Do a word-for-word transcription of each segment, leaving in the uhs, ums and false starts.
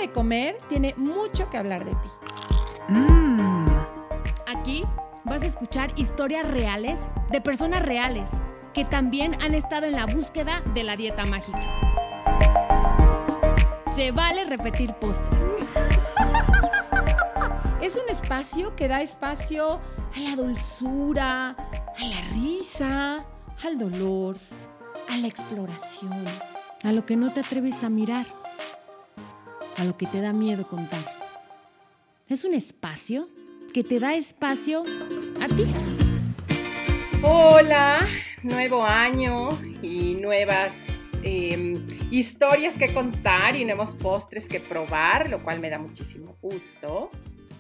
de Comer tiene mucho que hablar de ti. Mm. Aquí vas a escuchar historias reales de personas reales que también han estado en la búsqueda de la dieta mágica. Se vale repetir postre. Es un espacio que da espacio a la dulzura, a la risa, al dolor, a la exploración. A lo que no te atreves a mirar, a lo que te da miedo contar. Es un espacio que te da espacio a ti. Hola, nuevo año y nuevas eh, historias que contar y nuevos postres que probar, lo cual me da muchísimo gusto.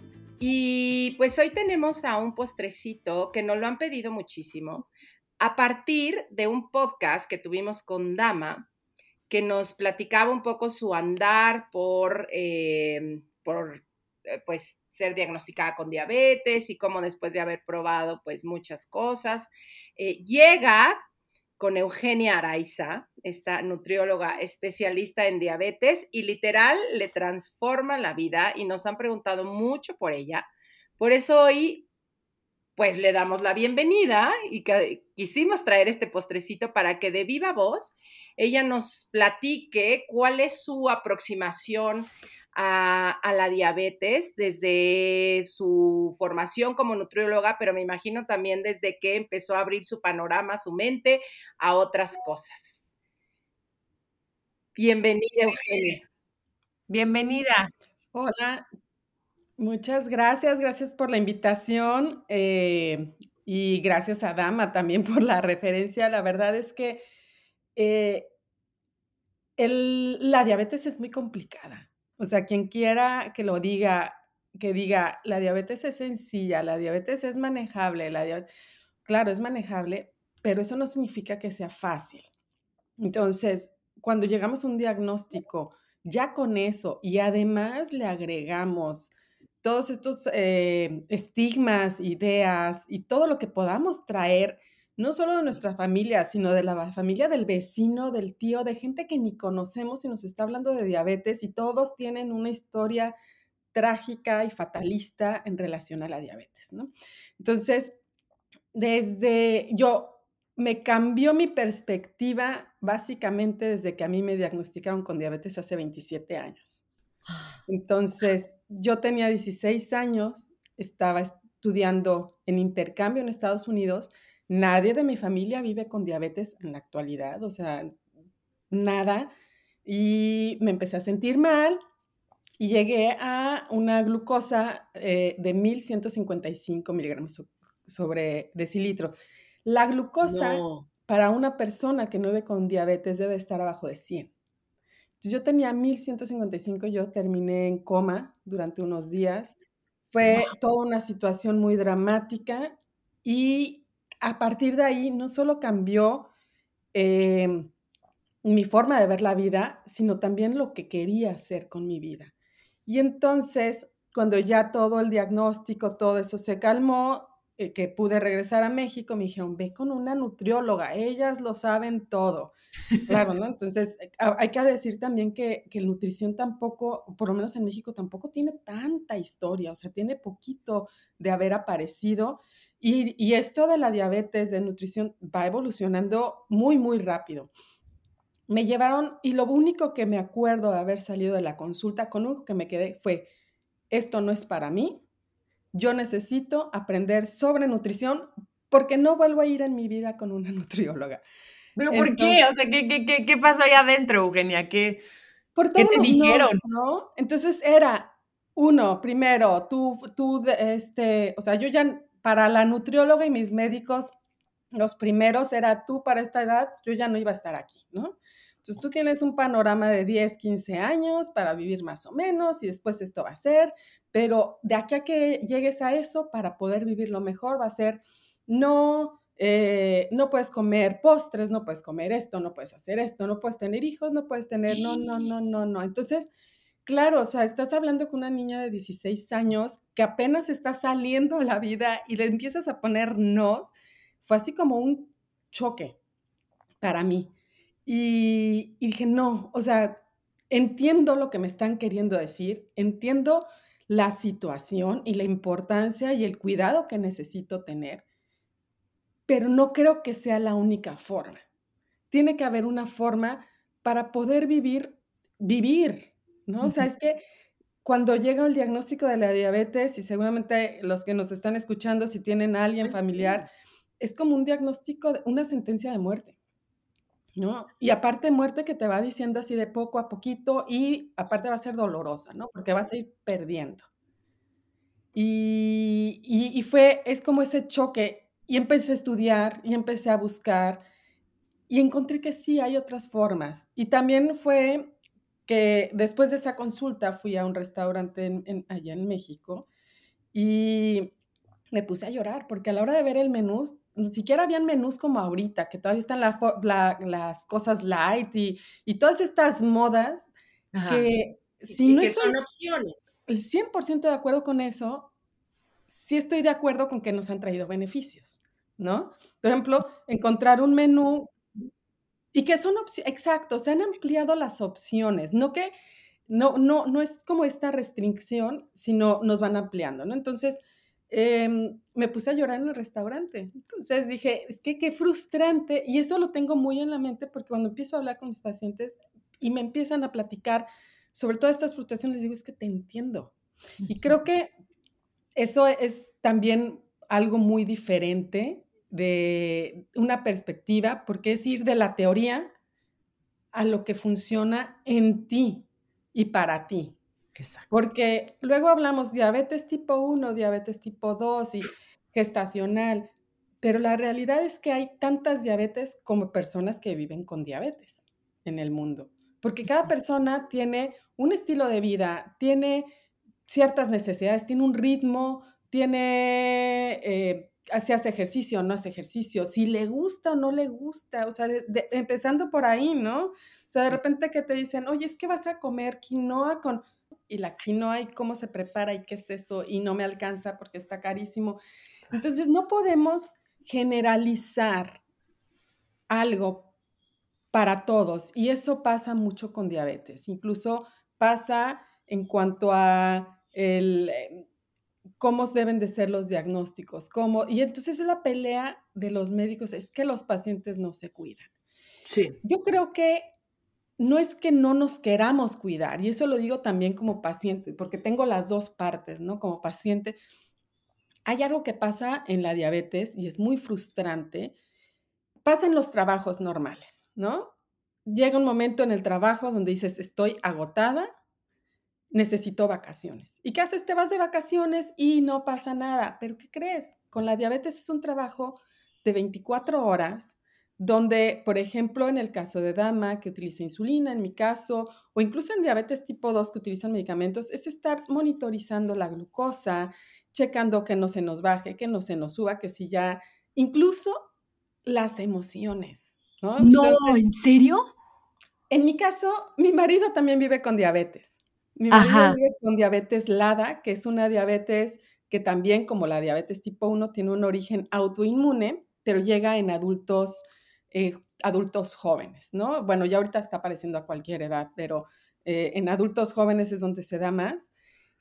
Y pues hoy tenemos a un postrecito que nos lo han pedido muchísimo a partir de un podcast que tuvimos con Dama, que nos platicaba un poco su andar por, eh, por eh, pues, ser diagnosticada con diabetes y cómo después de haber probado pues muchas cosas, eh, llega con Eugenia Araiza, esta nutrióloga especialista en diabetes, y literal le transforma la vida y nos han preguntado mucho por ella. Por eso hoy pues le damos la bienvenida y que quisimos traer este postrecito para que de viva voz ella nos platique cuál es su aproximación a, a la diabetes desde su formación como nutrióloga, pero me imagino también desde que empezó a abrir su panorama, su mente a otras cosas. Bienvenida, Eugenia. Bienvenida. Hola, muchas gracias, gracias por la invitación eh, y gracias a Dama también por la referencia. La verdad es que eh, el, la diabetes es muy complicada. O sea, quien quiera que lo diga, que diga, la diabetes es sencilla, la diabetes es manejable, la diabetes, claro, es manejable, pero eso no significa que sea fácil. Entonces, cuando llegamos a un diagnóstico, ya con eso, y además le agregamos todos estos eh, estigmas, ideas y todo lo que podamos traer, no solo de nuestra familia, sino de la familia del vecino, del tío, de gente que ni conocemos y nos está hablando de diabetes y todos tienen una historia trágica y fatalista en relación a la diabetes, ¿no? Entonces, desde yo me cambió mi perspectiva básicamente desde que a mí me diagnosticaron con diabetes hace veintisiete años. Entonces, yo tenía dieciséis años, estaba estudiando en intercambio en Estados Unidos. Nadie de mi familia vive con diabetes en la actualidad, o sea, nada. Y me empecé a sentir mal y llegué a una glucosa eh, de mil ciento cincuenta y cinco miligramos sobre decilitro. La glucosa No. para una persona que no vive con diabetes debe estar abajo de cien. Entonces yo tenía mil ciento cincuenta y cinco, yo terminé en coma durante unos días. Fue wow. Toda una situación muy dramática y a partir de ahí no solo cambió eh, mi forma de ver la vida, sino también lo que quería hacer con mi vida. Y entonces, cuando ya todo el diagnóstico, todo eso se calmó, eh, que pude regresar a México, me dijeron, ve con una nutrióloga, ellas lo saben todo. Claro, ¿no? Entonces, hay que decir también que, que nutrición tampoco, por lo menos en México, tampoco tiene tanta historia, o sea, tiene poquito de haber aparecido. Y, y esto de la diabetes, de nutrición, va evolucionando muy, muy rápido. Me llevaron, y lo único que me acuerdo de haber salido de la consulta, con lo único que me quedé fue, esto no es para mí, yo necesito aprender sobre nutrición porque no vuelvo a ir en mi vida con una nutrióloga. ¿Pero por Entonces, qué? O sea, ¿qué, qué, qué pasó ahí adentro, Eugenia? ¿Qué, por ¿qué te dijeron? Nos, ¿no? Entonces era, uno, primero, tú, tú, este, o sea, yo ya, para la nutrióloga y mis médicos, los primeros era tú para esta edad, yo ya no iba a estar aquí, ¿no? Entonces tú tienes un panorama de diez, quince años para vivir más o menos y después esto va a ser, pero de aquí a que llegues a eso, para poder vivir lo mejor, va a ser no, eh, no puedes comer postres, no puedes comer esto, no puedes hacer esto, no puedes tener hijos, no puedes tener, no, no, no, no, no. Entonces, claro, o sea, estás hablando con una niña de dieciséis años que apenas está saliendo a la vida y le empiezas a poner nos. Fue así como un choque para mí. Y, y dije, no, o sea, entiendo lo que me están queriendo decir, entiendo la situación y la importancia y el cuidado que necesito tener, pero no creo que sea la única forma. Tiene que haber una forma para poder vivir, vivir, ¿no? O sea, Ujú. es que cuando llega el diagnóstico de la diabetes, y seguramente los que nos están escuchando, si tienen a alguien Ay, sí. familiar, es como un diagnóstico, de una sentencia de muerte, ¿no? Y aparte muerte que te va diciendo así de poco a poquito y aparte va a ser dolorosa, ¿no? Porque vas a ir perdiendo. Y, y, y fue, es como ese choque. Y empecé a estudiar y empecé a buscar y encontré que sí hay otras formas. Y también fue que después de esa consulta fui a un restaurante en, en, allá en México y me puse a llorar porque a la hora de ver el menú, ni siquiera habían menús como ahorita, que todavía están la, la, las cosas light y, y todas estas modas Ajá. que Y, si y no que son estoy opciones. el cien por ciento de acuerdo con eso, sí estoy de acuerdo con que nos han traído beneficios, ¿no? Por ejemplo, encontrar un menú y que son opciones, exacto, se han ampliado las opciones, no que no, no, no es como esta restricción, sino nos van ampliando, ¿no? Entonces, eh, me puse a llorar en el restaurante. Entonces dije, es que qué frustrante, y eso lo tengo muy en la mente porque cuando empiezo a hablar con mis pacientes y me empiezan a platicar sobre todas estas frustraciones, les digo, es que te entiendo. Y creo que eso es también algo muy diferente de una perspectiva, porque es ir de la teoría a lo que funciona en ti y para ti. Exacto. Porque luego hablamos diabetes tipo uno, diabetes tipo dos y gestacional, pero la realidad es que hay tantas diabetes como personas que viven con diabetes en el mundo, porque cada persona tiene un estilo de vida, tiene ciertas necesidades, tiene un ritmo, tiene, eh, si hace ejercicio o no hace ejercicio, si le gusta o no le gusta, o sea, de, de, empezando por ahí, ¿no? O sea, de Sí. repente que te dicen, oye, es que vas a comer quinoa con, y la quinoa y cómo se prepara y qué es eso, y no me alcanza porque está carísimo. Entonces, no podemos generalizar algo para todos y eso pasa mucho con diabetes. Incluso pasa en cuanto a el, eh, cómo deben de ser los diagnósticos, cómo, y entonces la pelea de los médicos es que los pacientes no se cuidan. Sí. Yo creo que no es que no nos queramos cuidar, y eso lo digo también como paciente, porque tengo las dos partes, ¿no? Como paciente, hay algo que pasa en la diabetes y es muy frustrante, pasa en los trabajos normales, ¿no? Llega un momento en el trabajo donde dices, estoy agotada, necesito vacaciones. ¿Y qué haces? Te vas de vacaciones y no pasa nada. ¿Pero qué crees? Con la diabetes es un trabajo de veinticuatro horas, donde, por ejemplo, en el caso de dama que utiliza insulina, en mi caso, o incluso en diabetes tipo dos que utilizan medicamentos, es estar monitorizando la glucosa, checando que no se nos baje, que no se nos suba, que si ya, incluso las emociones, ¿no? No, Entonces, ¿en serio? en mi caso, mi marido también vive con diabetes. Mi marido Ajá. vive con diabetes LADA, que es una diabetes que también, como la diabetes tipo uno, tiene un origen autoinmune, pero llega en adultos, eh, adultos jóvenes, ¿no? Bueno, ya ahorita está apareciendo a cualquier edad, pero eh, en adultos jóvenes es donde se da más.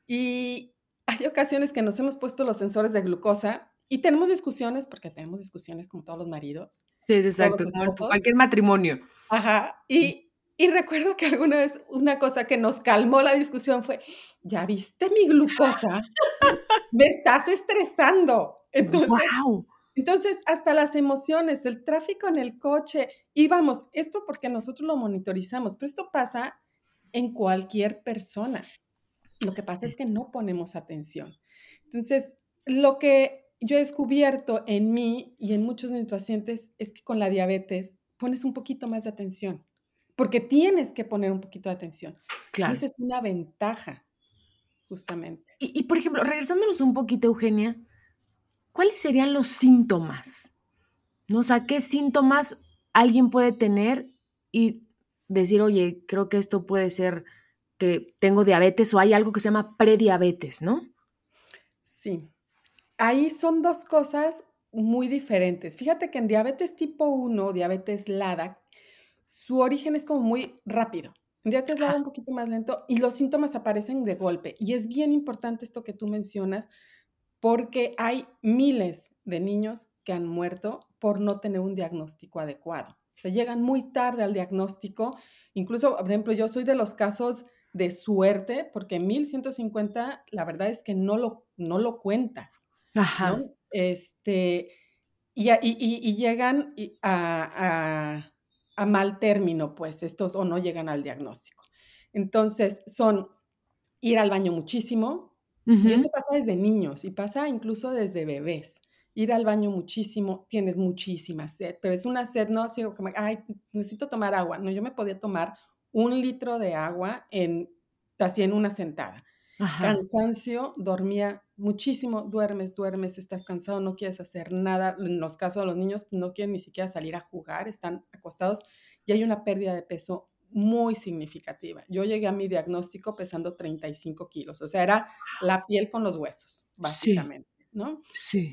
Y hay ocasiones que nos hemos puesto los sensores de glucosa y tenemos discusiones, porque tenemos discusiones como todos los maridos, Sí, todos exacto, los como en esposos. cualquier matrimonio. Ajá, y, y recuerdo que alguna vez una cosa que nos calmó la discusión fue, ¿ya viste mi glucosa? Me estás estresando. Entonces, Guau. entonces, hasta las emociones, el tráfico en el coche, íbamos, esto porque nosotros lo monitorizamos, pero esto pasa en cualquier persona. Lo que pasa es Sí, que no ponemos atención. Entonces, lo que yo he descubierto en mí y en muchos de mis pacientes es que con la diabetes pones un poquito más de atención, porque tienes que poner un poquito de atención. Y claro. esa es una ventaja, justamente. Y y, por ejemplo, regresándonos un poquito, Eugenia, ¿cuáles serían los síntomas? ¿No? O sea, ¿qué síntomas alguien puede tener y decir, oye, creo que esto puede ser que tengo diabetes o hay algo que se llama prediabetes, ¿no? Sí, ahí son dos cosas muy diferentes. Fíjate que en diabetes tipo uno, diabetes LADA, su origen es como muy rápido. Diabetes Ajá. va un poquito más lento y los síntomas aparecen de golpe. Y es bien importante esto que tú mencionas, porque hay miles de niños que han muerto por no tener un diagnóstico adecuado. O sea, llegan muy tarde al diagnóstico. Incluso, por ejemplo, yo soy de los casos de suerte, porque mil ciento cincuenta, la verdad es que no lo, no lo cuentas, Ajá. ¿no? Este, y, a- y- y- y llegan y- a, a- a mal término, pues, estos o no llegan al diagnóstico. Entonces, son ir al baño muchísimo, y Ujú. esto pasa desde niños y pasa incluso desde bebés. Ir al baño muchísimo, tienes muchísima sed, pero es una sed, no así como, ay, necesito tomar agua. No, yo me podía tomar un litro de agua en, así en una sentada. Ajá. Cansancio, dormía muchísimo, duermes, duermes, estás cansado, no quieres hacer nada. En los casos de los niños, no quieren ni siquiera salir a jugar, están acostados y hay una pérdida de peso muy significativa. Yo llegué a mi diagnóstico pesando treinta y cinco kilos, o sea, era la piel con los huesos, Sí, básicamente, ¿no? sí.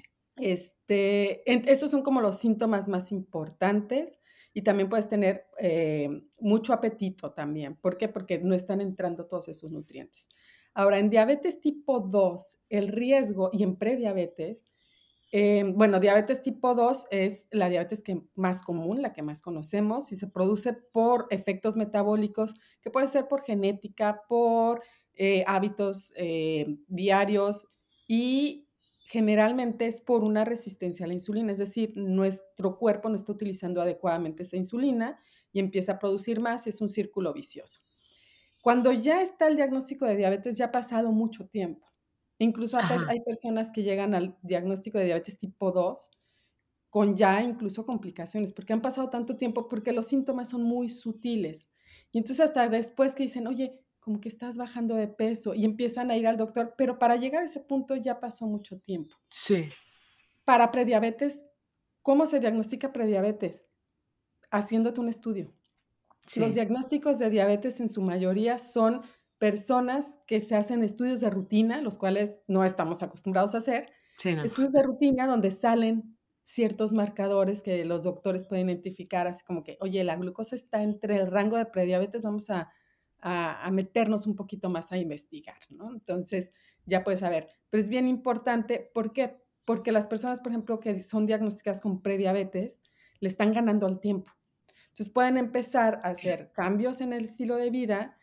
Este, en- esos son como los síntomas más importantes y también puedes tener eh, mucho apetito también. ¿Por qué? Porque no están entrando todos esos nutrientes. Ahora, en diabetes tipo dos, el riesgo, y en prediabetes, eh, bueno, diabetes tipo dos es la diabetes que más común, la que más conocemos, y se produce por efectos metabólicos, que puede ser por genética, por eh, hábitos eh, diarios, y generalmente es por una resistencia a la insulina, es decir, nuestro cuerpo no está utilizando adecuadamente esta insulina y empieza a producir más y es un círculo vicioso. Cuando ya está el diagnóstico de diabetes, ya ha pasado mucho tiempo. Incluso Ajá. hay personas que llegan al diagnóstico de diabetes tipo dos con ya incluso complicaciones, porque han pasado tanto tiempo, porque los síntomas son muy sutiles. Y entonces hasta después que dicen, oye, como que estás bajando de peso y empiezan a ir al doctor, pero para llegar a ese punto ya pasó mucho tiempo. Sí, Para prediabetes, ¿cómo se diagnostica prediabetes? Haciéndote un estudio. Los sí, diagnósticos de diabetes en su mayoría son personas que se hacen estudios de rutina, los cuales no estamos acostumbrados a hacer, sí, no. estudios de rutina donde salen ciertos marcadores que los doctores pueden identificar, así como que, oye, la glucosa está entre el rango de prediabetes, vamos a, a, a meternos un poquito más a investigar, ¿no? Entonces, ya puedes saber. Pero es bien importante, ¿por qué? Porque las personas, por ejemplo, que son diagnosticadas con prediabetes, le están ganando al tiempo. Entonces pueden empezar a Okey. hacer cambios en el estilo de vida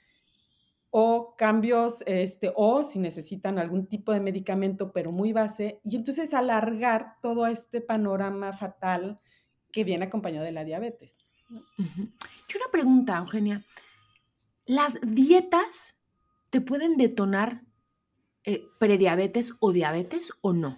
o cambios, este, o si necesitan algún tipo de medicamento, pero muy base, y entonces alargar todo este panorama fatal que viene acompañado de la diabetes, ¿no? Ujú. Y una pregunta, Eugenia, ¿las dietas te pueden detonar, eh, prediabetes o diabetes o no?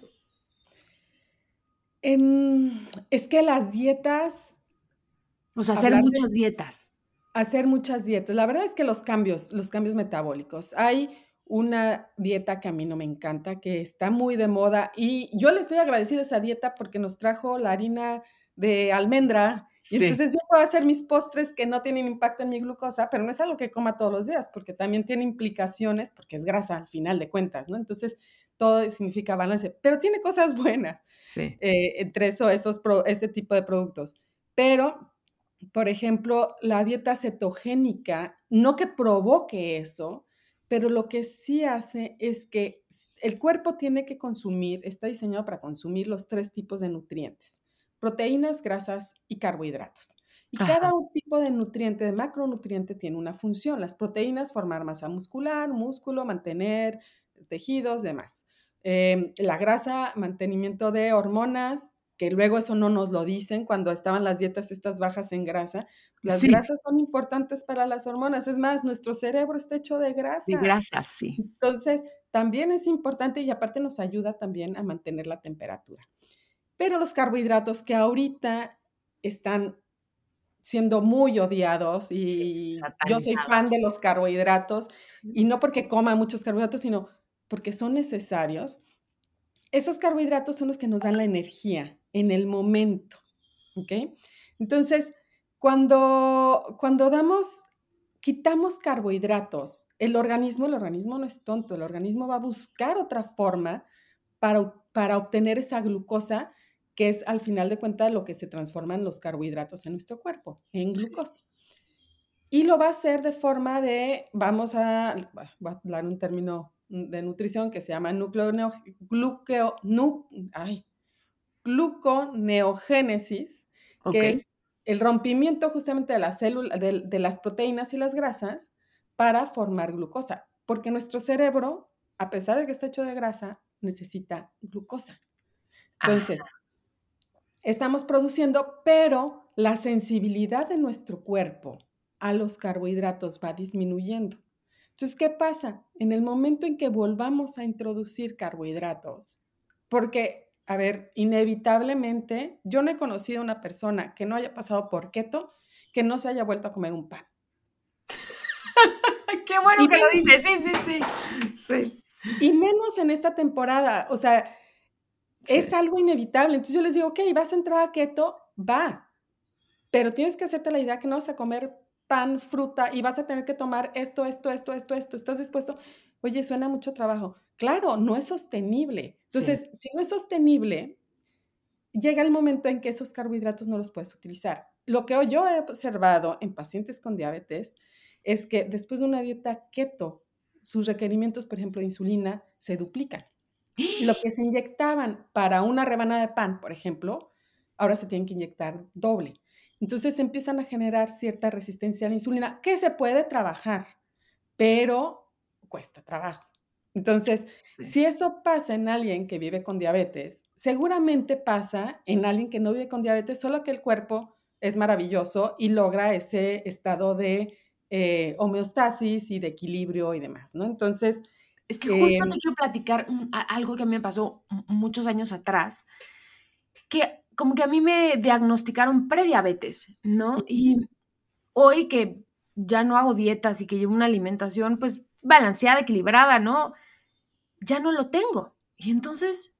Em, es que las dietas, O sea, hacer hablar de muchas dietas. hacer muchas dietas. La verdad es que los cambios, los cambios metabólicos. Hay una dieta que a mí no me encanta, que está muy de moda y yo le estoy agradecida a esa dieta porque nos trajo la harina de almendra y Sí, entonces yo puedo hacer mis postres que no tienen impacto en mi glucosa, pero no es algo que coma todos los días porque también tiene implicaciones, porque es grasa al final de cuentas, ¿no? Entonces todo significa balance, pero tiene cosas buenas, sí, eh, entre eso, esos pro, ese tipo de productos. Pero por ejemplo, la dieta cetogénica, no que provoque eso, pero lo que sí hace es que s- el cuerpo tiene que consumir, está diseñado para consumir los tres tipos de nutrientes: proteínas, grasas y carbohidratos. Y ajá, cada un tipo de nutriente, de macronutriente, tiene una función. Las proteínas, formar masa muscular, músculo, mantener tejidos, demás. Em, la grasa, mantenimiento de hormonas, que luego eso no nos lo dicen cuando estaban las dietas estas bajas en grasa. Las sí, grasas son importantes para las hormonas, es más, nuestro cerebro está hecho de de grasa. grasas, sí. Entonces, también es importante y aparte nos ayuda también a mantener la temperatura. Pero los carbohidratos que ahorita están siendo muy odiados Sí, y yo soy fan satanizados. de los carbohidratos y no porque coma muchos carbohidratos, sino porque son necesarios. Esos carbohidratos son los que nos dan la energía en el momento, ¿ok? Entonces, cuando, cuando damos, quitamos carbohidratos, el organismo, el organismo no es tonto, el organismo va a buscar otra forma para, para obtener esa glucosa, que es al final de cuentas lo que se transforman los carbohidratos en nuestro cuerpo, en Sí, glucosa. Y lo va a hacer de forma de, vamos a, voy a hablar un término de nutrición que se llama nucleoneo, gluqueo, nu, ay, gluconeogénesis, que Ok. es el rompimiento justamente de las células, de, de las proteínas y las grasas para formar glucosa, porque nuestro cerebro, a pesar de que está hecho de grasa, necesita glucosa. Ah, Entonces, estamos produciendo, pero la sensibilidad de nuestro cuerpo a los carbohidratos va disminuyendo. Entonces, ¿qué pasa? En el momento en que volvamos a introducir carbohidratos, porque, a ver, inevitablemente, yo no he conocido a una persona que no haya pasado por keto que no se haya vuelto a comer un pan. qué bueno Y que lo menos, dices. Sí, sí, sí. Sí. y menos en esta temporada. O sea, es Sí. algo inevitable. Entonces yo les digo, ok, vas a entrar a keto, va. Pero tienes que hacerte la idea que no vas a comer pan, fruta y vas a tener que tomar esto, esto, esto, esto, esto. ¿Estás dispuesto? Oye, suena mucho trabajo. Claro, no es sostenible. Sí. Entonces, si no es sostenible, llega el momento en que esos carbohidratos no los puedes utilizar. Lo que yo he observado en pacientes con diabetes es que después de una dieta keto, sus requerimientos, por ejemplo, de insulina, se duplican. Lo que se inyectaban para una rebanada de pan, por ejemplo, ahora se tienen que inyectar doble. Entonces empiezan a generar cierta resistencia a la insulina, que se puede trabajar, pero cuesta trabajo. Entonces, Sí. si eso pasa en alguien que vive con diabetes, seguramente pasa en alguien que no vive con diabetes, solo que el cuerpo es maravilloso y logra ese estado de eh, homeostasis y de equilibrio y demás, ¿no? Entonces, Es que eh, justo te quiero platicar un- a- algo que a mí me pasó m- muchos años atrás, que como que a mí me diagnosticaron prediabetes, ¿no? Y hoy que ya no hago dietas y que llevo una alimentación pues balanceada, equilibrada, ¿no? Ya no lo tengo. Y entonces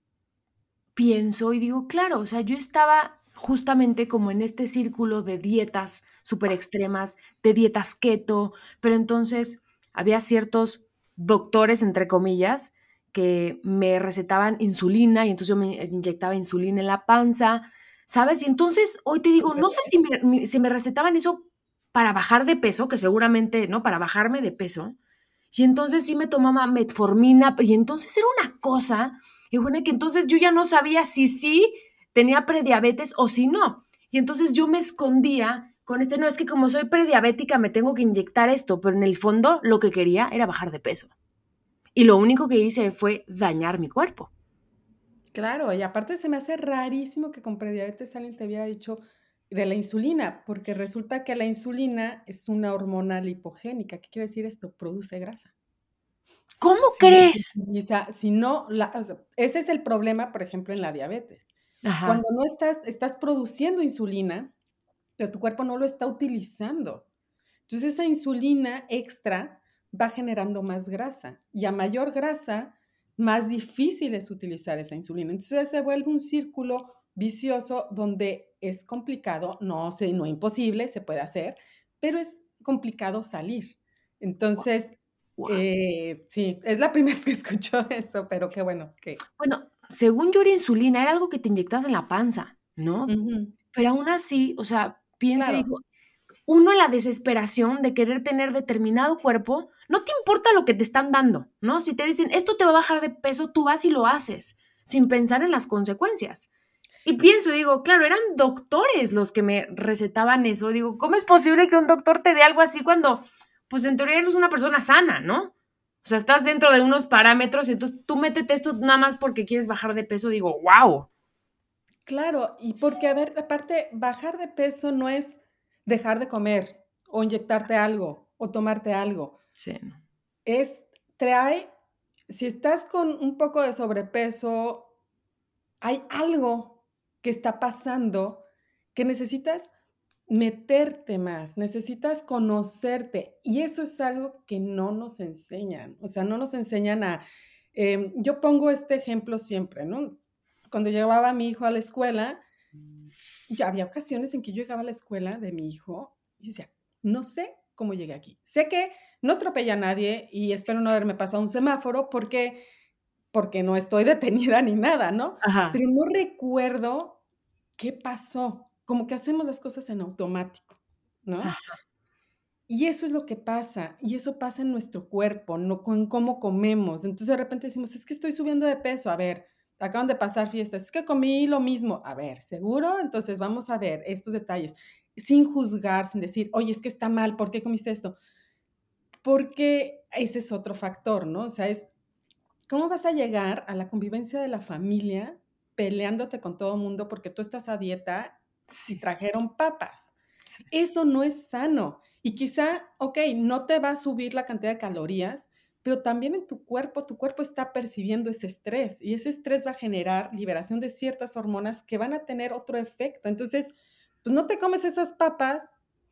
pienso y digo, claro, o sea, yo estaba justamente como en este círculo de dietas súper extremas, de dietas keto, pero entonces había ciertos doctores, entre comillas, que me recetaban insulina y entonces yo me inyectaba insulina en la panza, ¿sabes? Y entonces hoy te digo, no sé si me, mi- si me recetaban eso para bajar de peso, que seguramente, ¿no? Para bajarme de peso. Y entonces sí me tomaba metformina y entonces era una cosa y bueno, que entonces yo ya no sabía si sí tenía prediabetes o si no. Y entonces yo me escondía con este, no, es que como soy prediabética me tengo que inyectar esto, pero en el fondo lo que quería era bajar de peso. Y lo único que hice fue dañar mi cuerpo. claro, y aparte se me hace rarísimo que con prediabetes alguien te había dicho de la insulina, porque resulta que la insulina es una hormona lipogénica. ¿Qué quiere decir esto? Produce grasa. ¿Cómo Si no se crees? utiliza, si no, la, o sea, ese es el problema, por ejemplo, en la diabetes. Ajá. Cuando no estás, estás produciendo insulina, pero tu cuerpo no lo está utilizando. Entonces esa insulina extra va generando más grasa y a mayor grasa, más difícil es utilizar esa insulina. Entonces se vuelve un círculo vicioso donde es complicado, no sé, no imposible, se puede hacer, pero es complicado salir. Entonces, Wow. eh, sí, es la primera vez que escucho eso, pero qué bueno que... Bueno, según yo era insulina, era algo que te inyectabas en la panza, ¿no? Ujú, Pero aún así, o sea, pienso y claro, digo, uno en la desesperación de querer tener determinado cuerpo, no te importa lo que te están dando, ¿no? Si te dicen, esto te va a bajar de peso, tú vas y lo haces, sin pensar en las consecuencias. Y pienso, digo, claro, eran doctores los que me recetaban eso. Digo, ¿cómo es posible que un doctor te dé algo así cuando, pues en teoría eres una persona sana, ¿no? O sea, estás dentro de unos parámetros, entonces tú métete esto nada más porque quieres bajar de peso. Digo, wow. claro, y porque, a ver, aparte, bajar de peso no es dejar de comer o inyectarte algo o tomarte algo. Sí, no. Es, trae, si estás con un poco de sobrepeso, hay algo que está pasando que necesitas meterte más, necesitas conocerte. Y eso es algo que no nos enseñan. O sea, no nos enseñan a... em, yo pongo este ejemplo siempre, ¿no? Cuando llevaba a mi hijo a la escuela, ya había ocasiones en que yo llegaba a la escuela de mi hijo y decía, no sé cómo llegué aquí. Sé que no atropellé a nadie y espero no haberme pasado un semáforo porque, porque no estoy detenida ni nada, ¿no? Ajá. Pero no recuerdo qué pasó. Como que hacemos las cosas en automático, ¿no? Y eso es lo que pasa, y eso pasa en nuestro cuerpo, no con cómo comemos. Entonces, de repente decimos: "Es que estoy subiendo de peso". A ver, acaban de pasar fiestas. "Es que comí lo mismo". A ver, ¿seguro? Entonces, vamos a ver estos detalles, sin juzgar, sin decir: "Oye, es que está mal, ¿por qué comiste esto?". Porque ese es otro factor, ¿no? O sea, es, ¿cómo vas a llegar a la convivencia de la familia peleándote con todo mundo porque tú estás a dieta y Sí, trajeron papas? sí. Eso no es sano. Y quizá, okey, no te va a subir la cantidad de calorías, pero también en tu cuerpo, tu cuerpo está percibiendo ese estrés, y ese estrés va a generar liberación de ciertas hormonas que van a tener otro efecto. Entonces, pues, no te comes esas papas,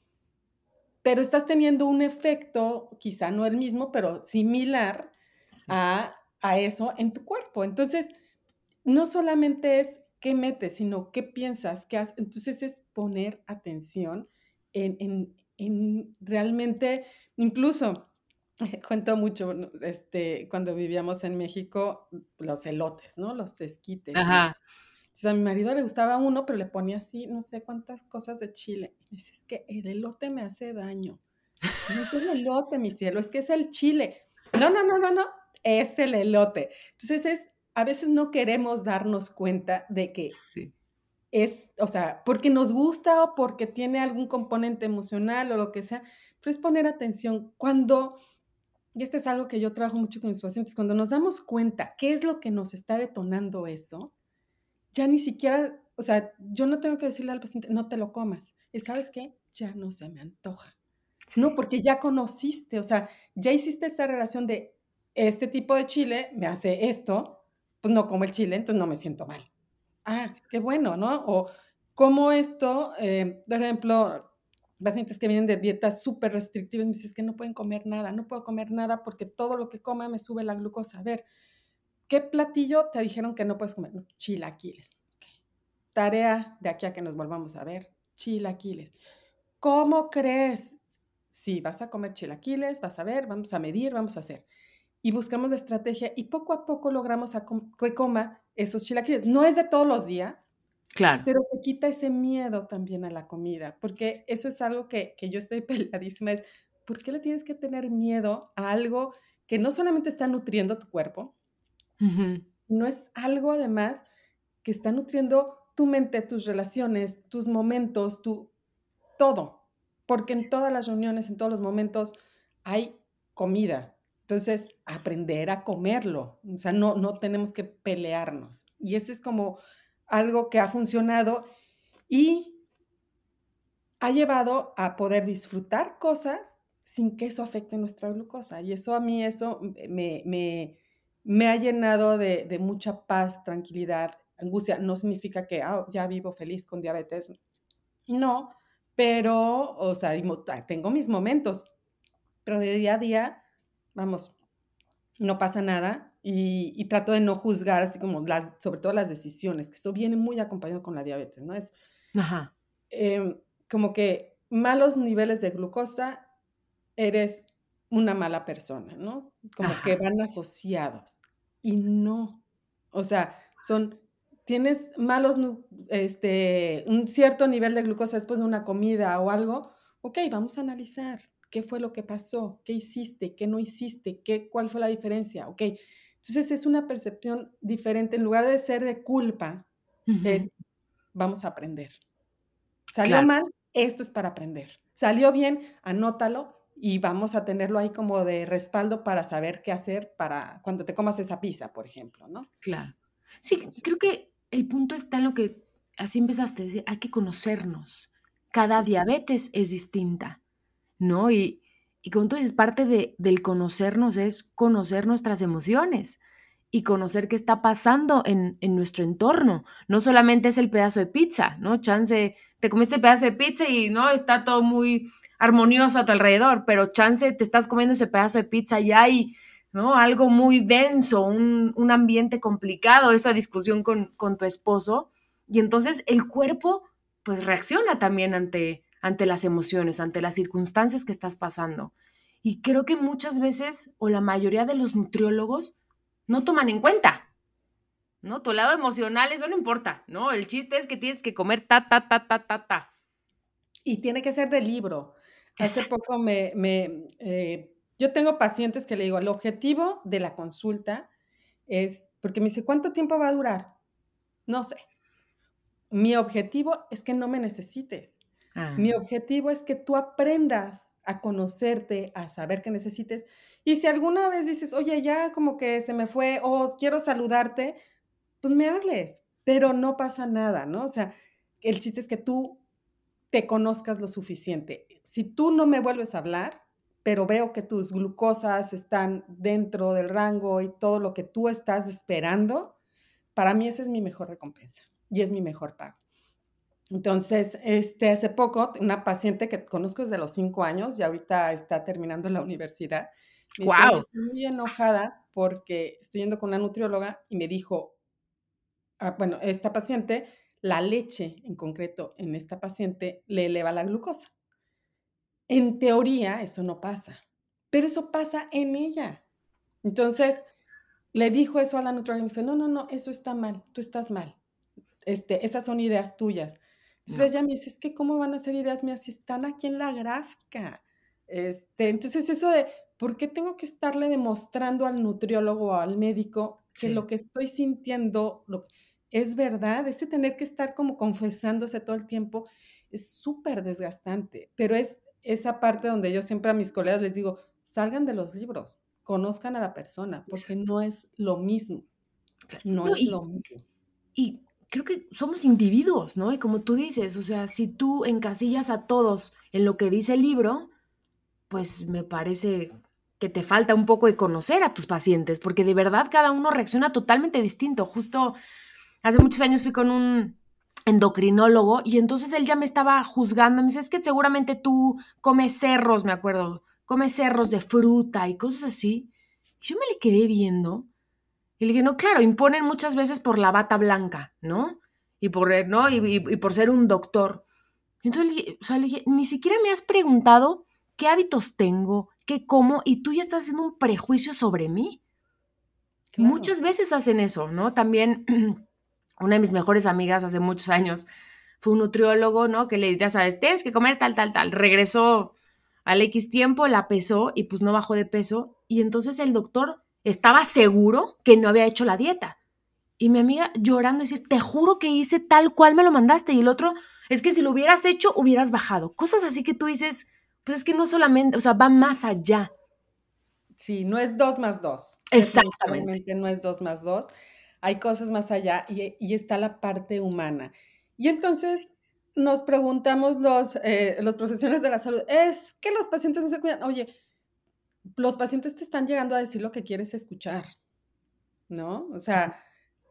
pero estás teniendo un efecto, quizá no el mismo, pero similar Sí. a a eso en tu cuerpo. Entonces, no solamente es qué metes, sino qué piensas, qué haces. Entonces, es poner atención en en en realmente, incluso, cuento mucho, ¿no? Este, cuando vivíamos en México, los elotes, ¿no? Los esquites y eso. Ajá. Entonces, a mi marido le gustaba uno, pero le ponía así, no sé cuántas cosas de chile. Y me dice: "Es que el elote me hace daño". No es el elote, mi cielo, es que es el chile. No, no, no, no, no, es el elote. Entonces, es a veces no queremos darnos cuenta de que Sí. es, o sea, porque nos gusta o porque tiene algún componente emocional o lo que sea, pero es poner atención. Cuando, y esto es algo que yo trabajo mucho con mis pacientes, cuando nos damos cuenta qué es lo que nos está detonando eso, ya ni siquiera, o sea, yo no tengo que decirle al paciente: "No te lo comas". Y, ¿sabes qué? Ya no se me antoja. No, Sí. porque ya conociste, o sea, ya hiciste esa relación de este tipo de chile me hace esto, pues no como el chile, entonces no me siento mal. Ah, qué bueno, ¿no? O como esto, eh, por ejemplo, pacientes que vienen de dietas súper restrictivas, me dicen: "Es que no pueden comer nada, no puedo comer nada porque todo lo que coma me sube la glucosa". A ver, ¿qué platillo te dijeron que no puedes comer? No, chilaquiles. Okey. Tarea de aquí a que nos volvamos a ver, chilaquiles. ¿Cómo crees? Sí, vas a comer chilaquiles, vas a ver, vamos a medir, vamos a hacer. Y buscamos la estrategia y poco a poco logramos a com que coma esos chilaquiles. No es de todos los días, Claro. pero se quita ese miedo también a la comida, porque Sí. eso es algo que que yo estoy peleadísima, es, ¿por qué le tienes que tener miedo a algo que no solamente está nutriendo tu cuerpo, Ujú. no es algo además que está nutriendo tu mente, tus relaciones, tus momentos, tu todo, porque en todas las reuniones, en todos los momentos hay comida. Entonces, aprender a comerlo, o sea, no no tenemos que pelearnos. Y ese es como algo que ha funcionado y ha llevado a poder disfrutar cosas sin que eso afecte nuestra glucosa. Y eso a mí, eso me me me ha llenado de de mucha paz, tranquilidad, angustia. No significa que, ah, ya vivo feliz con diabetes. No, pero, o sea, y mo ta tengo mis momentos, pero de día a día, vamos, no pasa nada, y y trato de no juzgar así como las, sobre todo las decisiones, que eso viene muy acompañado con la diabetes, ¿no? Es, Ajá. em, como que malos niveles de glucosa, eres una mala persona, ¿no? Como que Ajá. van asociados, y no. O sea, son, tienes malos nu este, un cierto nivel de glucosa después de una comida o algo, okey, vamos a analizar qué fue lo que pasó, qué hiciste, qué no hiciste, qué, cuál fue la diferencia, okey. Entonces, es una percepción diferente, en lugar de ser de culpa, Ujú. es vamos a aprender. Salió Claro. mal, esto es para aprender. Salió bien, anótalo y vamos a tenerlo ahí como de respaldo para saber qué hacer para cuando te comas esa pizza, por ejemplo, ¿no? Claro. Sí, Entonces, creo que el punto está en lo que así empezaste a decir, hay que conocernos. Cada sí, diabetes es distinta, ¿no? Y, y como tú dices, parte de, del conocernos es conocer nuestras emociones y conocer qué está pasando en, en nuestro entorno. No solamente es el pedazo de pizza, ¿no? Chance, te comiste el pedazo de pizza y no está todo muy armonioso a tu alrededor, pero chance te estás comiendo ese pedazo de pizza y hay, ¿no? Algo muy denso, un, un ambiente complicado, esa discusión con, con tu esposo. Y entonces el cuerpo pues reacciona también ante, ante las emociones, ante las circunstancias que estás pasando. Y creo que muchas veces, o la mayoría de los nutriólogos, no toman en cuenta, ¿no? Tu lado emocional, eso no importa, ¿no? El chiste es que tienes que comer ta, ta, ta, ta, ta, ta. y tiene que ser de libro. Hace Exacto. poco me me, eh, yo tengo pacientes que le digo: "El objetivo de la consulta es", porque me dice: "¿Cuánto tiempo va a durar?". No sé. Mi objetivo es que no me necesites. Mi Ah, objetivo es que tú aprendas a conocerte, a saber qué necesites. Y si alguna vez dices: "Oye, ya como que se me fue", o quiero saludarte, pues me hables, pero no pasa nada, ¿no? O sea, el chiste es que tú te conozcas lo suficiente. Si tú no me vuelves a hablar, pero veo que tus glucosas están dentro del rango y todo lo que tú estás esperando, para mí esa es mi mejor recompensa y es mi mejor pago. Entonces, este, hace poco, una paciente que conozco desde los cinco años y ahorita está terminando la universidad, me dice: "Oye, guau. estoy muy enojada porque estoy yendo con una nutrióloga y me dijo". Ah, bueno, esta paciente, la leche, en concreto, en esta paciente, le eleva la glucosa. En teoría, eso no pasa, pero eso pasa en ella. Entonces, le dijo eso a la nutrióloga y me dice: "No, no, no, eso está mal, tú estás mal, este, esas son ideas tuyas". Entonces, No, ella me dice: "Es que, ¿cómo van a ser ideas mías si están aquí en la gráfica?". Este, entonces, eso de, ¿por qué tengo que estarle demostrando al nutriólogo o al médico que sí, lo que estoy sintiendo lo es verdad? Ese tener que estar como confesándose todo el tiempo es súper desgastante, pero es esa parte donde yo siempre a mis colegas les digo: "Salgan de los libros, conozcan a la persona, porque exacto, no es lo mismo, claro. no No, es y lo mismo". y creo que somos individuos, ¿no? Y como tú dices, o sea, si tú encasillas a todos en lo que dice el libro, pues me parece que te falta un poco de conocer a tus pacientes, porque de verdad cada uno reacciona totalmente distinto. Justo hace muchos años fui con un endocrinólogo y entonces él ya me estaba juzgando. Me dice, es que seguramente tú comes cerros, me acuerdo, comes cerros de fruta y cosas así. Y yo me le quedé viendo y le dije, no, claro, imponen muchas veces por la bata blanca, ¿no? Y por, eh, ¿no? Y, y- y por ser un doctor. Y entonces le dije, o sea, le dije, ni siquiera me has preguntado qué hábitos tengo, qué como, y tú ya estás haciendo un prejuicio sobre mí. Claro. Muchas veces hacen eso, ¿no? También una de mis mejores amigas hace muchos años fue un nutriólogo, ¿no? Que le, ya sabes, tienes que comer tal, tal, tal. Regresó al X tiempo, la pesó y pues no bajó de peso. Y entonces el doctor estaba seguro que no había hecho la dieta. Y mi amiga llorando, decir, te juro que hice tal cual me lo mandaste. Y el otro, es que si lo hubieras hecho, hubieras bajado. Cosas así que tú dices, pues es que no solamente, o sea, va más allá. Sí, no es dos más dos. Exactamente. Definitivamente no es dos más dos. Hay cosas más allá y y está la parte humana. Y entonces nos preguntamos los, eh, los profesionales de la salud, es que los pacientes no se cuidan. Oye, los pacientes te están llegando a decir lo que quieres escuchar, ¿no? O sea,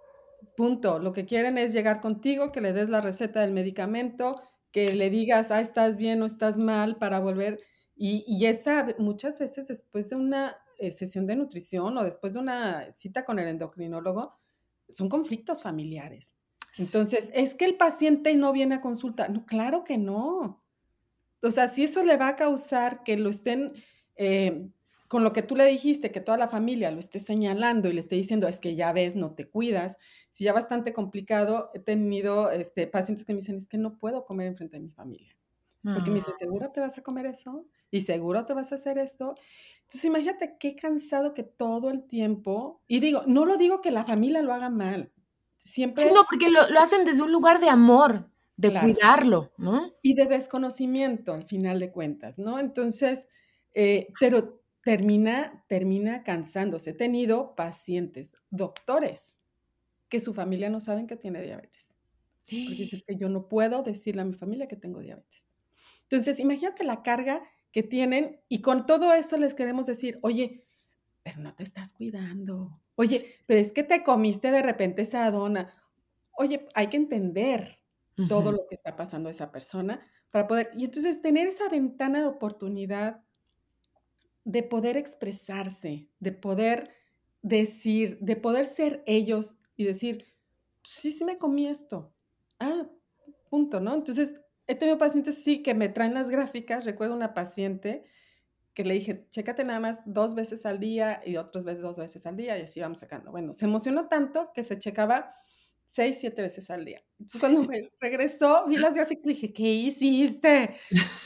punto. Lo que quieren es llegar contigo, que le des la receta del medicamento, que le digas: "Ah, estás bien o estás mal", para volver y y esa muchas veces después de una, eh, sesión de nutrición o después de una cita con el endocrinólogo, son conflictos familiares. Sí. Entonces, es que el paciente no viene a consulta. No, claro que no. O sea, si eso le va a causar que lo estén, eh, con lo que tú le dijiste, que toda la familia lo esté señalando y le esté diciendo: "Es que ya ves, no te cuidas", si ya bastante complicado, he tenido, este, pacientes que me dicen: "Es que no puedo comer enfrente de mi familia", porque me Ah, dicen: "¿Seguro te vas a comer eso? ¿Y seguro te vas a hacer esto?". Entonces, imagínate qué cansado que todo el tiempo y digo, no lo digo que la familia lo haga mal, sí, siempre no, porque lo, lo hacen desde un lugar de amor, de claro. cuidarlo, ¿no? Y de desconocimiento, al final de cuentas, ¿no? Entonces, eh, pero termina termina cansándose. He tenido pacientes, doctores, que su familia no saben que tiene diabetes, porque dices: "Que yo no puedo decirle a mi familia que tengo diabetes". Entonces, imagínate la carga que tienen y con todo eso les queremos decir: "Oye, pero no te estás cuidando. Oye, pero es que te comiste de repente esa dona". Oye, hay que entender todo Ujú. lo que está pasando a esa persona para poder y entonces tener esa ventana de oportunidad de poder expresarse, de poder decir, de poder ser ellos y decir: "Sí, sí me comí esto". Ah, punto, ¿no? Entonces, he tenido pacientes, sí, que me traen las gráficas. Recuerdo una paciente que le dije: "Chécate nada más dos veces al día y otras veces dos veces al día", y así vamos sacando. Bueno, se emocionó tanto que se checaba seis siete veces al día. Entonces, cuando me regresó, vi las gráficas y le dije: "¿Qué hiciste?".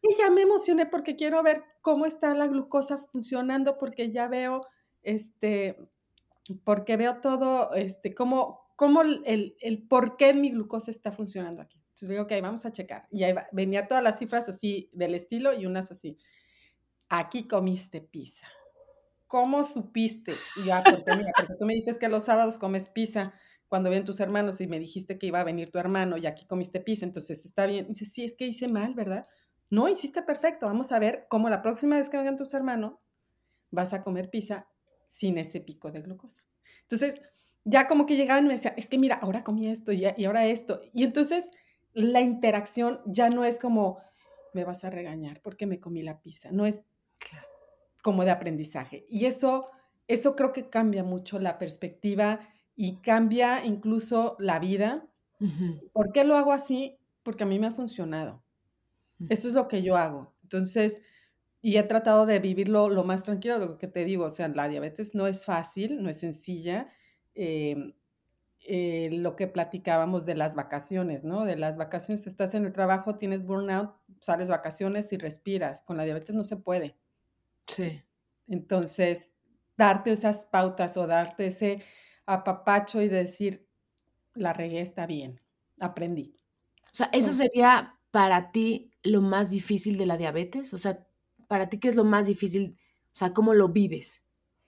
Y ya me emocioné porque quiero ver cómo está la glucosa funcionando, porque ya veo, este, porque veo todo, este, cómo, cómo el, el, el por qué mi glucosa está funcionando aquí. Entonces digo, ok, vamos a checar. Y ahí va, venía todas las cifras así del estilo y unas así. Aquí comiste pizza. ¿Cómo supiste? Y ya, porque mira, porque tú me dices que los sábados comes pizza cuando vienen tus hermanos y me dijiste que iba a venir tu hermano y aquí comiste pizza, entonces está bien. Dice, sí, es que hice mal, ¿verdad? No, hiciste perfecto. Vamos a ver cómo la próxima vez que vengan tus hermanos vas a comer pizza sin ese pico de glucosa. Entonces, ya como que llegaban y me decían, es que mira, ahora comí esto y, y ahora esto. Y entonces la interacción ya no es como, me vas a regañar porque me comí la pizza. No es como de aprendizaje. Y eso, eso creo que cambia mucho la perspectiva y cambia incluso la vida. Ujú. ¿Por qué lo hago así? Porque a mí me ha funcionado. Eso es lo que yo hago. Entonces, y he tratado de vivirlo lo más tranquilo, de lo que te digo, o sea, la diabetes no es fácil, no es sencilla. Eh, eh, lo que platicábamos de las vacaciones, ¿no? De las vacaciones, estás en el trabajo, tienes burnout, sales vacaciones y respiras. Con la diabetes no se puede. Sí. Entonces, darte esas pautas o darte ese apapacho y decir, la regué, está bien, aprendí. O sea, ¿eso Entonces, sería para ti lo más difícil de la diabetes? O sea, ¿para ti qué es lo más difícil? O sea, ¿cómo lo vives?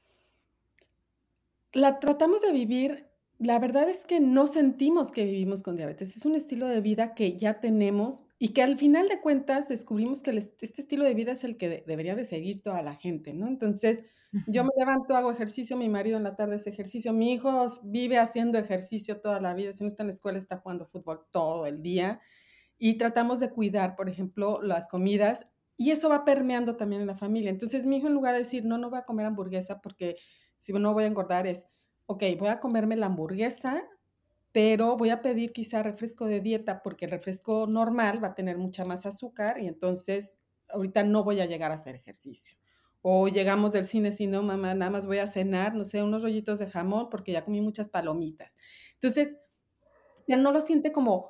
la tratamos de vivir, la verdad es que no sentimos que vivimos con diabetes, es un estilo de vida que ya tenemos y que al final de cuentas descubrimos que el est- este estilo de vida es el que de- debería de seguir toda la gente, ¿no? Entonces, yo Ujú. me levanto, hago ejercicio, mi marido en la tarde hace ejercicio, mi hijo vive haciendo ejercicio toda la vida, si no está en la escuela está jugando fútbol todo el día y tratamos de cuidar, por ejemplo, las comidas y eso va permeando también en la familia. Entonces, mi hijo en lugar de decir, no, no voy a comer hamburguesa porque si no voy a engordar es, ok, voy a comerme la hamburguesa, pero voy a pedir quizá refresco de dieta porque el refresco normal va a tener mucha más azúcar y entonces ahorita no voy a llegar a hacer ejercicio. O llegamos del cine, si no, mamá, nada más voy a cenar, no sé, unos rollitos de jamón porque ya comí muchas palomitas. Entonces, ya no lo siente como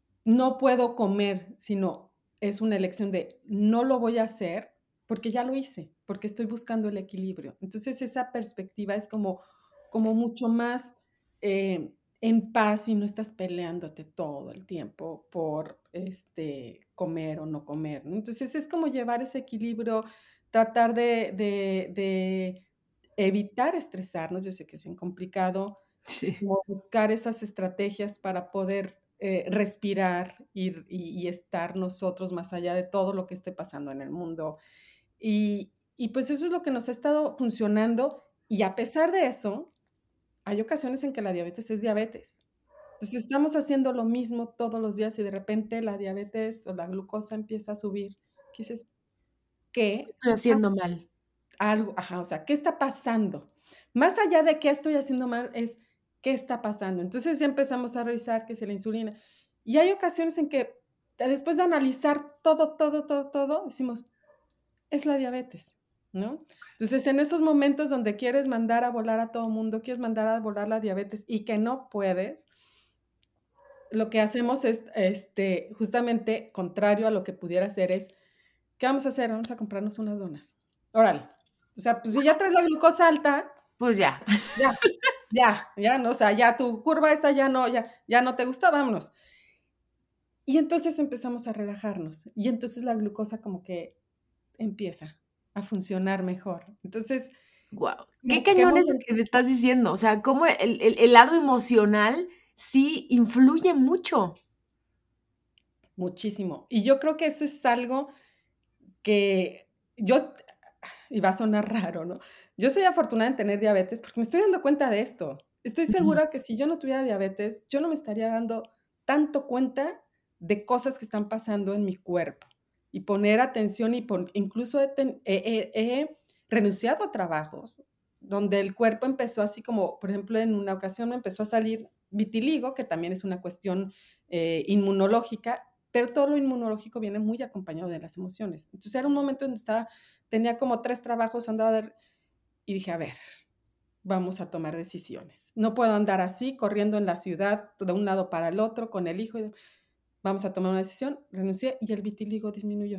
no puedo comer, sino es una elección de no lo voy a hacer porque ya lo hice, porque estoy buscando el equilibrio. Entonces esa perspectiva es como, como mucho más eh, en paz y no estás peleándote todo el tiempo por este, comer o no comer, ¿no? Entonces es como llevar ese equilibrio, tratar de, de, de evitar estresarnos. Yo sé que es bien complicado, Sí. como buscar esas estrategias para poder eh, respirar y, y, y, estar nosotros más allá de todo lo que esté pasando en el mundo. Y, y pues eso es lo que nos ha estado funcionando y a pesar de eso, hay ocasiones en que la diabetes es diabetes. Entonces estamos haciendo lo mismo todos los días y de repente la diabetes o la glucosa empieza a subir. ¿Qué dices? ¿Qué? Estoy haciendo mal. Algo, ajá, o sea, ¿qué está pasando? Más allá de qué estoy haciendo mal, es qué está pasando. Entonces ya empezamos a revisar qué es la insulina. Y hay ocasiones en que después de analizar todo, todo, todo, todo, decimos, es la diabetes, ¿no? Entonces en esos momentos donde quieres mandar a volar a todo mundo, quieres mandar a volar la diabetes y que no puedes, lo que hacemos es, este, justamente contrario a lo que pudiera hacer es, ¿qué vamos a hacer? Vamos a comprarnos unas donas. Órale. O sea, pues si ya traes la glucosa alta, Pues ya. ya, ya, ya, no, o sea, ya tu curva esa ya no, ya, ya no te gustó, vámonos. Y entonces empezamos a relajarnos y entonces la glucosa como que empieza a funcionar mejor. Entonces, Guau. Qué como que cañón hemos eso que me estás diciendo. O sea, cómo el, el- el lado emocional sí influye mucho. muchísimo. Y yo creo que eso es algo que yo, y va a sonar raro, ¿no? Yo soy afortunada en tener diabetes porque me estoy dando cuenta de esto. Estoy Ujú. segura que si yo no tuviera diabetes, yo no me estaría dando tanto cuenta de cosas que están pasando en mi cuerpo y poner atención y pon- incluso he, ten- he- he- he renunciado a trabajos donde el cuerpo empezó así como, por ejemplo, en una ocasión me empezó a salir vitiligo, que también es una cuestión eh, inmunológica, pero todo lo inmunológico viene muy acompañado de las emociones. Entonces era un momento donde estaba, tenía como tres trabajos, andaba de, y dije, a ver, vamos a tomar decisiones. No puedo andar así, corriendo en la ciudad, de un lado para el otro, con el hijo. Y vamos a tomar una decisión, renuncié y el vitiligo disminuyó.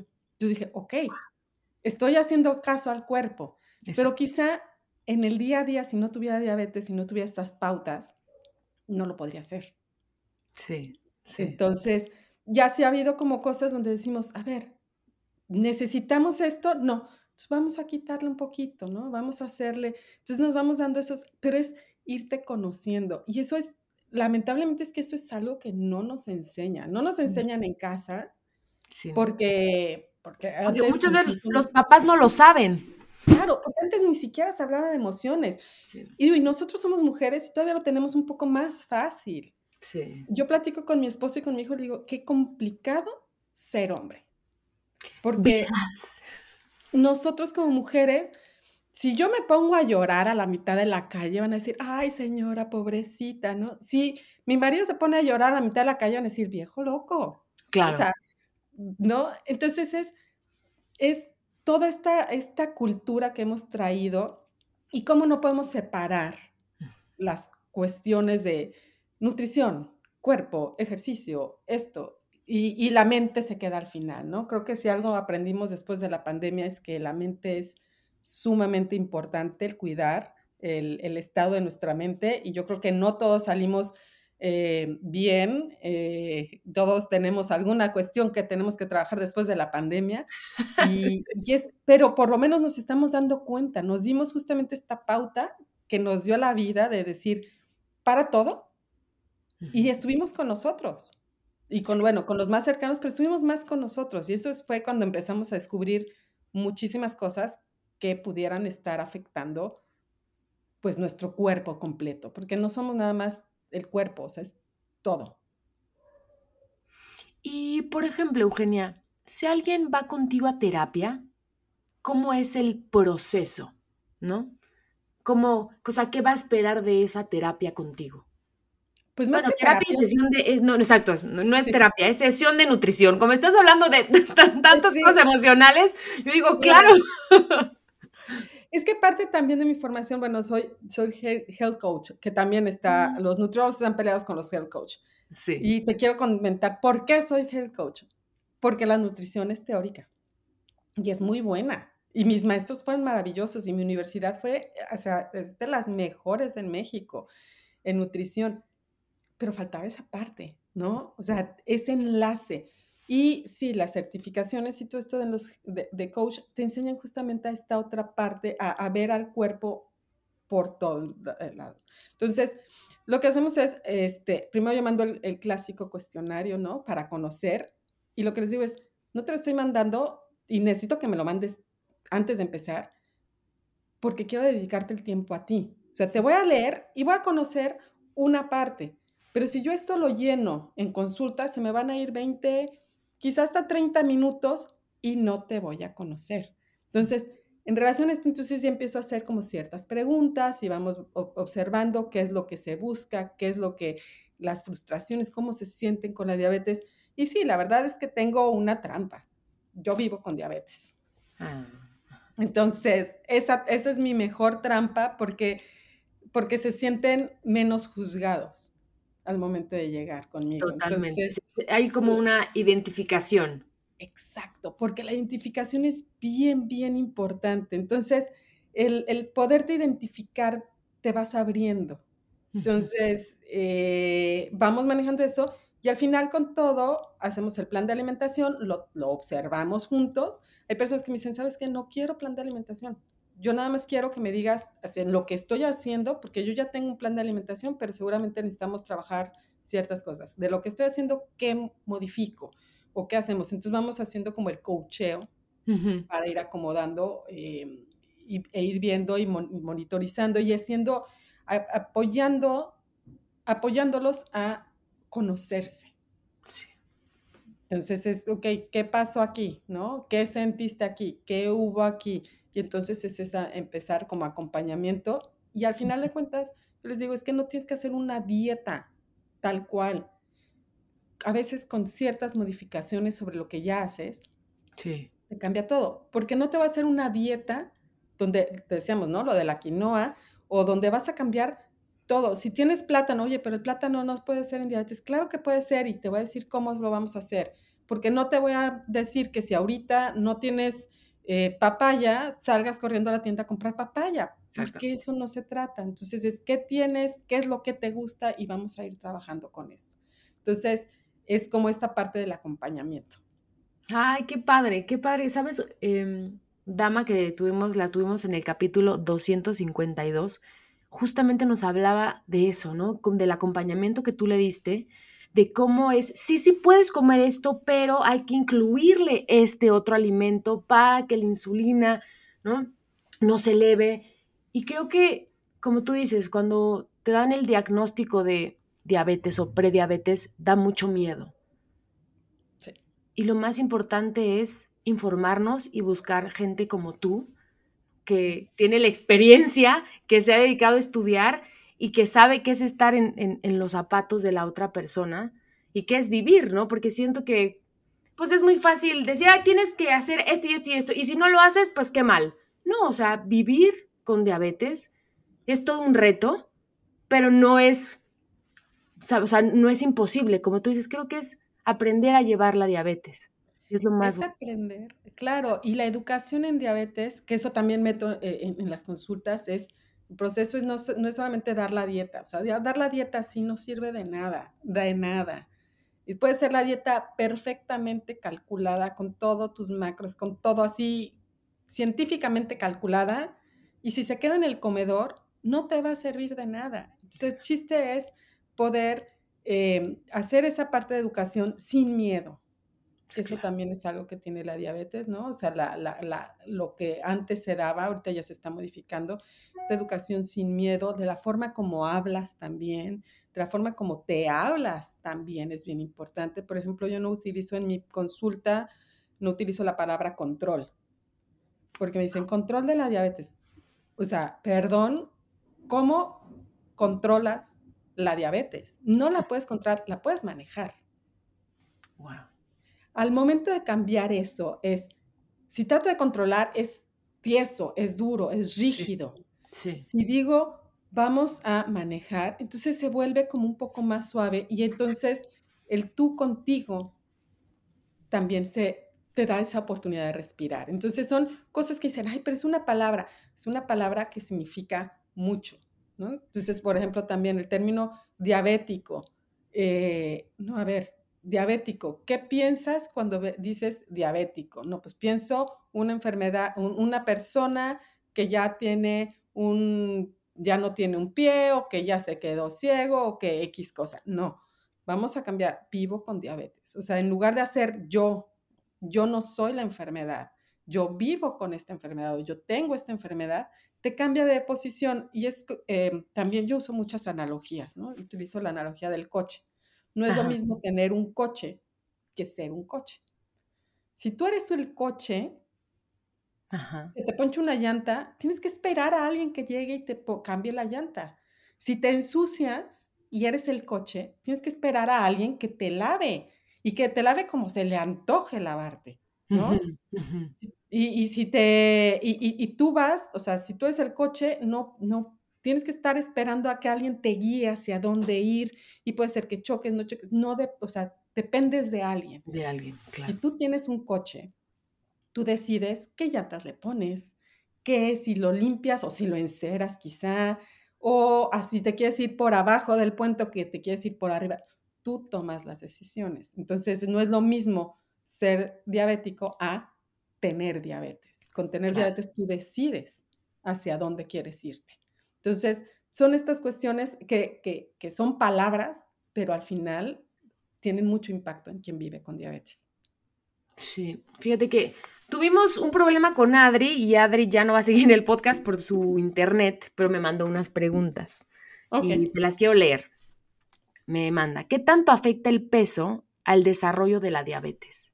Yo dije, ok, estoy haciendo caso al cuerpo, Exacto. pero quizá en el día a día, si no tuviera diabetes, si no tuviera estas pautas, no lo podría hacer. Sí, sí. Entonces, ya sí ha habido como cosas donde decimos, a ver, ¿necesitamos esto? No, pues vamos a quitarle un poquito, ¿no? Vamos a hacerle, entonces nos vamos dando esos, pero es irte conociendo. Y eso es, lamentablemente es que eso es algo que no nos enseñan, no nos No, enseñan en casa, sí, no. porque, porque Porque antes muchas veces incluso, los papás no lo saben. claro, porque antes ni siquiera se hablaba de emociones. Sí, Y, y nosotros somos mujeres y todavía lo tenemos un poco más fácil. sí. Yo platico con mi esposo y con mi hijo y le digo, qué complicado ser hombre. Porque Veras. nosotros como mujeres, si yo me pongo a llorar a la mitad de la calle, van a decir, ay, señora, pobrecita, ¿no? Si mi marido se pone a llorar a la mitad de la calle, van a decir, viejo loco. O Claro. sea, ¿no? Entonces es, es toda esta, esta cultura que hemos traído y cómo no podemos separar las cuestiones de nutrición, cuerpo, ejercicio, esto, y, y la mente se queda al final, ¿no? Creo que si algo aprendimos después de la pandemia es que la mente es sumamente importante, el cuidar el, el estado de nuestra mente, y yo creo que no todos salimos eh, bien, eh, todos tenemos alguna cuestión que tenemos que trabajar después de la pandemia, y, y es, pero por lo menos nos estamos dando cuenta, nos dimos justamente esta pauta que nos dio la vida de decir, para todo, y Ujú. estuvimos con nosotros, y con, Sí. bueno, con los más cercanos, pero estuvimos más con nosotros, y eso es- fue cuando empezamos a descubrir muchísimas cosas que pudieran estar afectando, pues, nuestro cuerpo completo, porque no somos nada más el cuerpo, o sea, es todo. Y, por ejemplo, Eugenia, si alguien va contigo a terapia, ¿cómo es el proceso? ¿No? ¿Cómo, o sea, qué va a esperar de esa terapia contigo? Pues, más Bueno, que terapia y terapia, sesión de, eh, no, exacto, es- no, no es sí, terapia, es sesión de nutrición. Como estás hablando de tan- tantas sí, cosas emocionales, yo digo, claro. claro. Es que parte también de mi formación, bueno, soy, soy he- health coach, que también está, los nutriólogos están peleados con los health coach. Sí, Y te quiero comentar, ¿por qué soy health coach? Porque la nutrición es teórica y es muy buena. Y mis maestros fueron maravillosos y mi universidad fue, o sea, es de las mejores en México en nutrición, pero faltaba esa parte, ¿no? O sea, ese enlace. Y sí, las certificaciones y todo esto de, los, de, de coach te enseñan justamente a esta otra parte, a, a ver al cuerpo por todos lados. Entonces, lo que hacemos es, este, primero yo mando el, el clásico cuestionario, ¿no? Para conocer. Y lo que les digo es, no te lo estoy mandando y necesito que me lo mandes antes de empezar, porque quiero dedicarte el tiempo a ti. O sea, te voy a leer y voy a conocer una parte, pero si yo esto lo lleno en consulta, se me van a ir veinte, quizás hasta treinta minutos y no te voy a conocer. Entonces, en relación a esto, entonces ya empiezo a hacer como ciertas preguntas y vamos o- observando qué es lo que se busca, qué es lo que, las frustraciones, cómo se sienten con la diabetes. Y sí, la verdad es que tengo una trampa. Yo vivo con diabetes. ah, Entonces, esa, esa es mi mejor trampa porque, porque se sienten menos juzgados al momento de llegar conmigo. totalmente. Sí, Entonces, sí, hay como una identificación. exacto, porque la identificación es bien, bien importante. Entonces, el, el poderte identificar te vas abriendo. Ujú. Entonces, eh, vamos manejando eso y al final con todo hacemos el plan de alimentación, lo, lo observamos juntos. Hay personas que me dicen, ¿sabes qué? No quiero plan de alimentación. Yo nada más quiero que me digas así, en lo que estoy haciendo, porque yo ya tengo un plan de alimentación, pero seguramente necesitamos trabajar ciertas cosas. De lo que estoy haciendo, ¿qué modifico? ¿O qué hacemos? Entonces vamos haciendo como el coacheo Ujú. para ir acomodando eh, y, e ir viendo y, mon- y monitorizando y haciendo, a, apoyando, apoyándolos a conocerse. Sí. Entonces es, ok, ¿qué pasó aquí? ¿No? ¿Qué sentiste aquí? ¿Qué hubo aquí? Y entonces es esa, empezar como acompañamiento y al final de cuentas, yo les digo, es que no tienes que hacer una dieta tal cual. A veces con ciertas modificaciones sobre lo que ya haces, Sí. te cambia todo, porque no te va a hacer una dieta donde, te decíamos, ¿no? Lo de la quinoa, o donde vas a cambiar todo. Si tienes plátano, oye, pero el plátano no puede ser en diabetes. Claro que puede ser y te voy a decir cómo lo vamos a hacer. porque no te voy a decir que si ahorita no tienes eh, papaya, salgas corriendo a la tienda a comprar papaya, porque eso no se trata. Entonces es qué tienes, qué es lo que te gusta y vamos a ir trabajando con esto. Entonces es como esta parte del acompañamiento. Ay, qué padre, qué padre. ¿Sabes? Em, Dama que tuvimos, la tuvimos en el capítulo doscientos cincuenta y dos, justamente nos hablaba de eso, ¿no? Con- Del acompañamiento que tú le diste, de cómo es, sí, sí puedes comer esto, pero hay que incluirle este otro alimento para que la insulina, ¿no? No se eleve. Y creo que, como tú dices, cuando te dan el diagnóstico de diabetes o prediabetes, da mucho miedo. Sí. Y lo más importante es informarnos y buscar gente como tú, que tiene la experiencia, que se ha dedicado a estudiar y que sabe qué es estar en, en- en los zapatos de la otra persona y qué es vivir, ¿no? Porque siento que, pues es muy fácil decir, ah, tienes que hacer esto y esto y esto, y si no lo haces, pues qué mal. No, o sea, vivir con diabetes es todo un reto, pero no es, o sea, no es imposible, como tú dices, creo que es aprender a llevar la diabetes. Es lo más Es aprender, claro, y la educación en diabetes, que eso también meto eh, en, en las consultas, es, el proceso es no, so- no es solamente dar la dieta, o sea, ya dar la dieta así no sirve de nada, de nada. Y puede ser la dieta perfectamente calculada, con todos tus macros, con todo así científicamente calculada, y si se queda en el comedor, no te va a servir de nada. Entonces, el chiste es poder eh, hacer esa parte de educación sin miedo, que eso claro. también es algo que tiene la diabetes, ¿no? O sea, la, la, la, lo que antes se daba, ahorita ya se está modificando, esta educación sin miedo, de la forma como hablas también, de la forma como te hablas también es bien importante. Por ejemplo, yo no utilizo en mi consulta, no utilizo la palabra control, porque me dicen control de la diabetes. O sea, perdón, ¿cómo controlas la diabetes? No la puedes controlar, la puedes manejar. Wow. Al momento de cambiar eso, es, si trato de controlar, es tieso, es duro, es Sí, rígido. sí. Si digo, vamos a manejar, entonces se vuelve como un poco más suave y entonces el tú contigo también se te da esa oportunidad de respirar. Entonces son cosas que dicen, ay, pero es una palabra, es una palabra que significa mucho, ¿no? Entonces, por ejemplo, también el término diabético, eh, no, a ver, diabético, ¿qué piensas cuando ve- dices diabético? No, pues pienso una enfermedad, un- una persona que ya tiene un, ya no tiene un pie o que ya se quedó ciego o que X cosa. No, vamos a cambiar, vivo con diabetes. O sea, en lugar de hacer yo, yo no soy la enfermedad, yo vivo con esta enfermedad o yo tengo esta enfermedad, te cambia de posición. Y es, eh, también yo uso muchas analogías, ¿no? Utilizo la analogía del coche. No es lo Ajá, mismo tener un coche que ser un coche. Si tú eres el coche, ajá. se te poncha una llanta, tienes que esperar a alguien que llegue y te po- cambie la llanta. Si te ensucias y eres el coche, tienes que esperar a alguien que te lave y que te lave como se le antoje lavarte, Ujú, ¿no? ujú. Y, y si te, y, y- y tú vas, o sea, si tú eres el coche, no, no, tienes que estar esperando a que alguien te guíe hacia dónde ir y puede ser que choques, no choques, no de, o sea, dependes de alguien. De alguien, Si claro. tú tienes un coche, tú decides qué llantas le pones, qué si lo limpias o si lo enceras quizá, o así te quieres ir por abajo del puente o que te quieres ir por arriba. Tú tomas las decisiones. Entonces, no es lo mismo ser diabético a tener diabetes. Con tener Claro. diabetes tú decides hacia dónde quieres irte. Entonces, son estas cuestiones que, que, que son palabras, pero al final tienen mucho impacto en quien vive con diabetes. Sí, fíjate que tuvimos un problema con Adri y Adri ya no va a seguir el podcast por su internet, pero me mandó unas preguntas Ok. y te las quiero leer. Me manda, ¿qué tanto afecta el peso al desarrollo de la diabetes?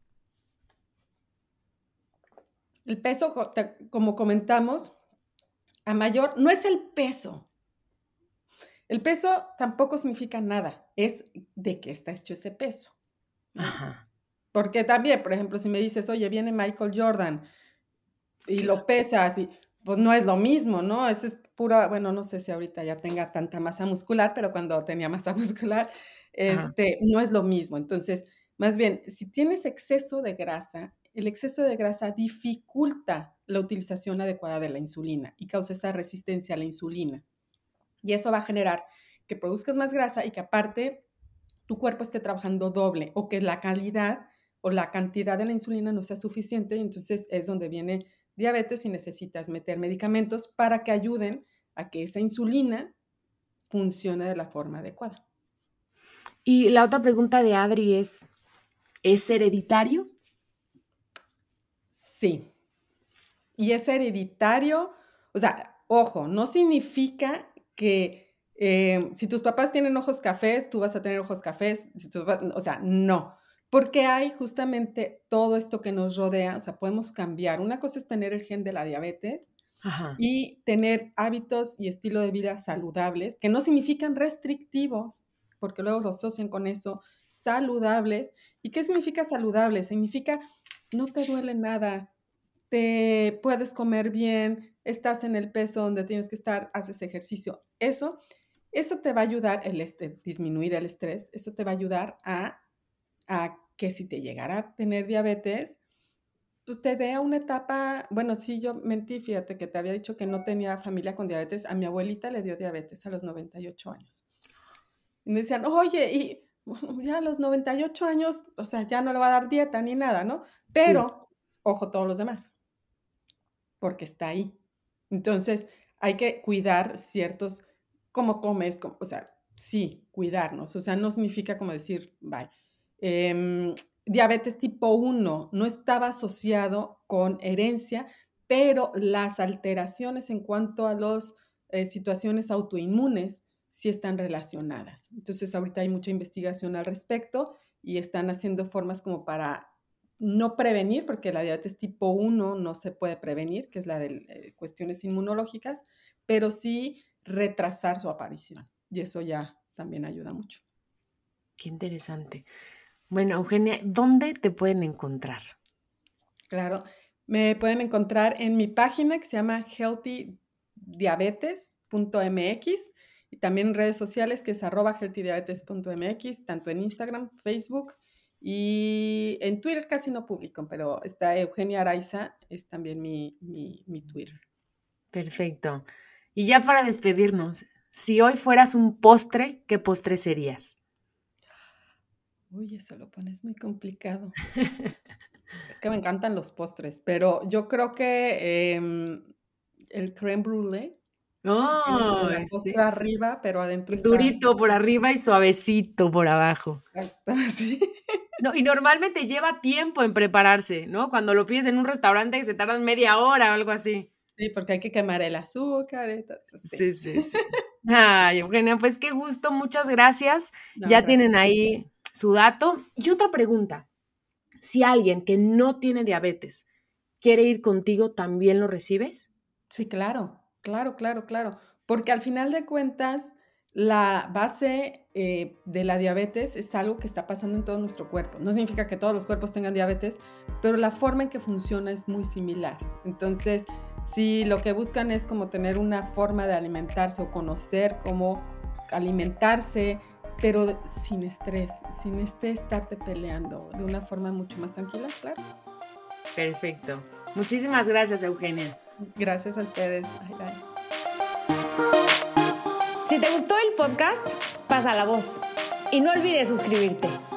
El peso, co- te- como comentamos, a mayor, no es el peso. El peso tampoco significa nada, es de qué está hecho ese peso, ¿no? Ajá, Porque también, por ejemplo, si me dices, oye, viene Michael Jordan y claro. lo pesas, y, pues no es lo mismo, ¿no? Ese es pura, bueno, no sé si ahorita ya tenga tanta masa muscular, pero cuando tenía masa muscular, Ajá, este, no es lo mismo. Entonces, Más bien, si tienes exceso de grasa, el exceso de grasa dificulta la utilización adecuada de la insulina y causa esa resistencia a la insulina. Y eso va a generar que produzcas más grasa y que aparte tu cuerpo esté trabajando doble o que la calidad o la cantidad de la insulina no sea suficiente. Y entonces es donde viene diabetes y necesitas meter medicamentos para que ayuden a que esa insulina funcione de la forma adecuada. Y la otra pregunta de Adri es, ¿es hereditario? Sí. Y es hereditario, o sea, ojo, no significa que eh, si tus papás tienen ojos cafés, tú vas a tener ojos cafés, si tus papás, o sea, no, porque hay justamente todo esto que nos rodea, o sea, podemos cambiar. Una cosa es tener el gen de la diabetes Ajá. y tener hábitos y estilo de vida saludables, que no significan restrictivos, porque luego lo asocian con eso, saludables. ¿Y qué significa saludable? Significa no te duele nada, te puedes comer bien, estás en el peso donde tienes que estar, haces ejercicio. Eso, eso te va a ayudar, el este, disminuir el estrés, eso te va a ayudar a, a que si te llegara a tener diabetes, pues te dé a una etapa, bueno, sí, yo mentí, fíjate que te había dicho que no tenía familia con diabetes, a mi abuelita le dio diabetes a los noventa y ocho años. Y me decían, oye, y bueno, ya a los noventa y ocho años, o sea, ya no le va a dar dieta ni nada, ¿no? Pero, sí, ojo, todos los demás, porque está ahí. Entonces, hay que cuidar ciertos, cómo comes, cómo, o sea, sí, cuidarnos. O sea, no significa como decir, bye. Eh, diabetes tipo uno no estaba asociado con herencia, pero las alteraciones en cuanto a las eh, situaciones autoinmunes sí están relacionadas. Entonces, ahorita hay mucha investigación al respecto y están haciendo formas como para no prevenir, porque la diabetes tipo uno no se puede prevenir, que es la de eh, cuestiones inmunológicas, pero sí retrasar su aparición. Y eso ya también ayuda mucho. Qué interesante. Bueno, Eugenia, ¿dónde te pueden encontrar? Claro, me pueden encontrar en mi página que se llama healthy diabetes punto m x y también en redes sociales que es arroba healthy diabetes punto m x, tanto en Instagram, Facebook y en Twitter casi no publico, pero está Eugenia Araiza, es también mi, mi, mi Twitter. Perfecto. Y ya para despedirnos, si hoy fueras un postre, ¿qué postre serías? Uy, eso lo pones muy complicado. Es que me encantan los postres, pero yo creo que eh, el crème brûlée. Tiene como Oh, la sí. postre arriba, pero adentro está Durito por arriba y suavecito por abajo. exacto, sí. No, y normalmente lleva tiempo en prepararse, ¿no? Cuando lo pides en un restaurante que se tardan media hora o algo así. Sí, porque hay que quemar el azúcar, entonces sí. Sí, sí, sí. Ay, Eugenia, pues qué gusto, muchas gracias. No, Ya gracias. tienen ahí su dato. Y otra pregunta, si alguien que no tiene diabetes quiere ir contigo, ¿también lo recibes? Sí, claro, claro, claro, claro. Porque al final de cuentas, la base eh, de la diabetes es algo que está pasando en todo nuestro cuerpo. No significa que todos los cuerpos tengan diabetes, pero la forma en que funciona es muy similar. Entonces, si lo que buscan es como tener una forma de alimentarse o conocer cómo alimentarse, pero sin estrés, sin este estarte peleando, de una forma mucho más tranquila, claro. Perfecto. Muchísimas gracias, Eugenia. Gracias a ustedes. Bye, bye. Si te gustó el podcast, pasa la voz y no olvides suscribirte.